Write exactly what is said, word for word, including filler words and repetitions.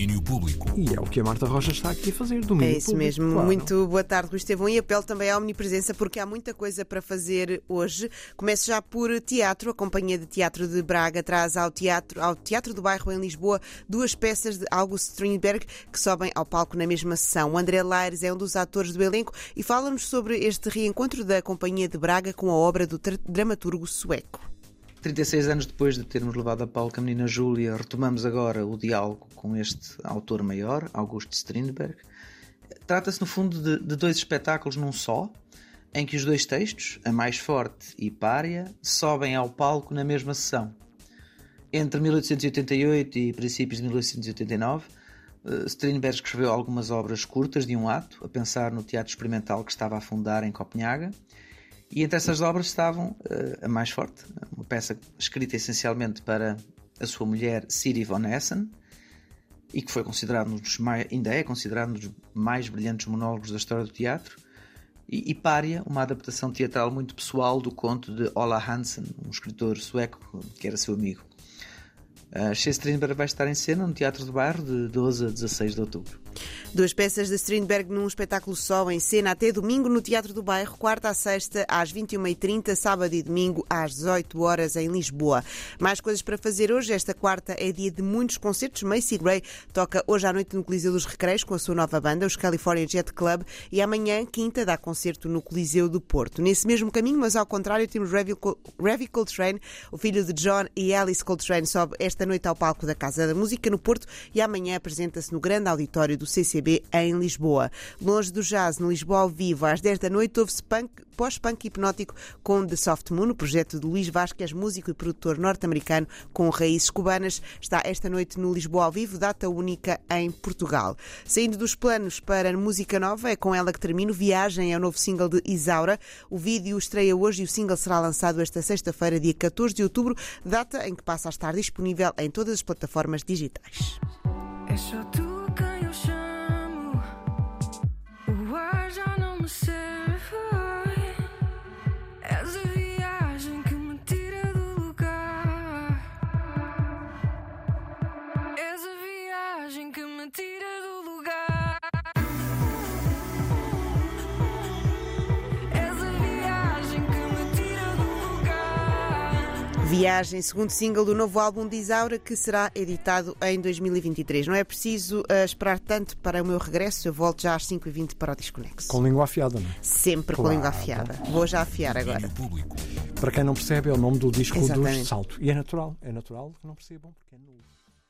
Domínio Público. E é o que a Marta Rocha está aqui a fazer, domínio É isso público, mesmo. claro. Muito boa tarde, Rui Estevão. E apelo também à omnipresença, porque há muita coisa para fazer hoje. Começo já por teatro. A Companhia de Teatro de Braga traz ao Teatro, ao teatro do Bairro, em Lisboa, duas peças de August Strindberg que sobem ao palco na mesma sessão. O André Laires é um dos atores do elenco e fala-nos sobre este reencontro da Companhia de Braga com a obra do dramaturgo sueco. trinta e seis anos depois de termos levado a palco a Menina Júlia, retomamos agora o diálogo com este autor maior, August Strindberg. Trata-se, no fundo, de, de dois espetáculos num só, em que os dois textos, A Mais Forte e Pária, sobem ao palco na mesma sessão. Entre mil oitocentos e oitenta e oito e princípios de mil oitocentos e oitenta e nove, Strindberg escreveu algumas obras curtas de um ato, a pensar no teatro experimental que estava a fundar em Copenhaga. E entre essas obras estavam uh, A Mais Forte, uma peça escrita essencialmente para a sua mulher Siri von Essen, e que foi considerado um dos mais, ainda é considerado um dos mais brilhantes monólogos da história do teatro, e, e Pária, uma adaptação teatral muito pessoal do conto de Ola Hansen, um escritor sueco que era seu amigo. Uh, Strindberg vai estar em cena no Teatro do Bairro de doze a dezasseis de outubro. Duas peças de Strindberg num espetáculo só, em cena até domingo no Teatro do Bairro, quarta a sexta às vinte e uma e trinta, sábado e domingo às dezoito horas em Lisboa. Mais coisas para fazer hoje. Esta quarta é dia de muitos concertos. Macy Gray toca hoje à noite no Coliseu dos Recreios com a sua nova banda, os California Jet Club, e amanhã, quinta, dá concerto no Coliseu do Porto. Nesse mesmo caminho, mas ao contrário, temos Ravi Coltrane, o filho de John e Alice Coltrane, sobe esta noite ao palco da Casa da Música no Porto e amanhã apresenta-se no grande auditório do C C B em Lisboa. Longe do jazz, no Lisboa ao vivo, às dez da noite, ouve-se punk, pós-punk hipnótico com The Soft Moon, o projeto de Luís Vasquez, músico e produtor norte-americano com raízes cubanas. Está esta noite no Lisboa ao vivo, data única em Portugal. Saindo dos planos para música nova, é com ela que termino. Viagem é o novo single de Isaura. O vídeo estreia hoje e o single será lançado esta sexta-feira, dia catorze de outubro, data em que passa a estar disponível em todas as plataformas digitais. É só tu quem eu chamo, o ar já não me serve. És a viagem que me tira do lugar. És a viagem que me tira do lugar. És a viagem que me tira do lugar. Viagem, segundo single do novo álbum de Isaura, que será editado em dois mil e vinte e três. Não é preciso uh, esperar tanto para o meu regresso. Eu volto já às cinco e vinte para o Desconexo. Com língua afiada, não é? Sempre Claro. com língua afiada. Vou já afiar agora. Para quem não percebe, é o nome do disco Exatamente. do Salto. E é natural, é natural que não percebam, porque é novo.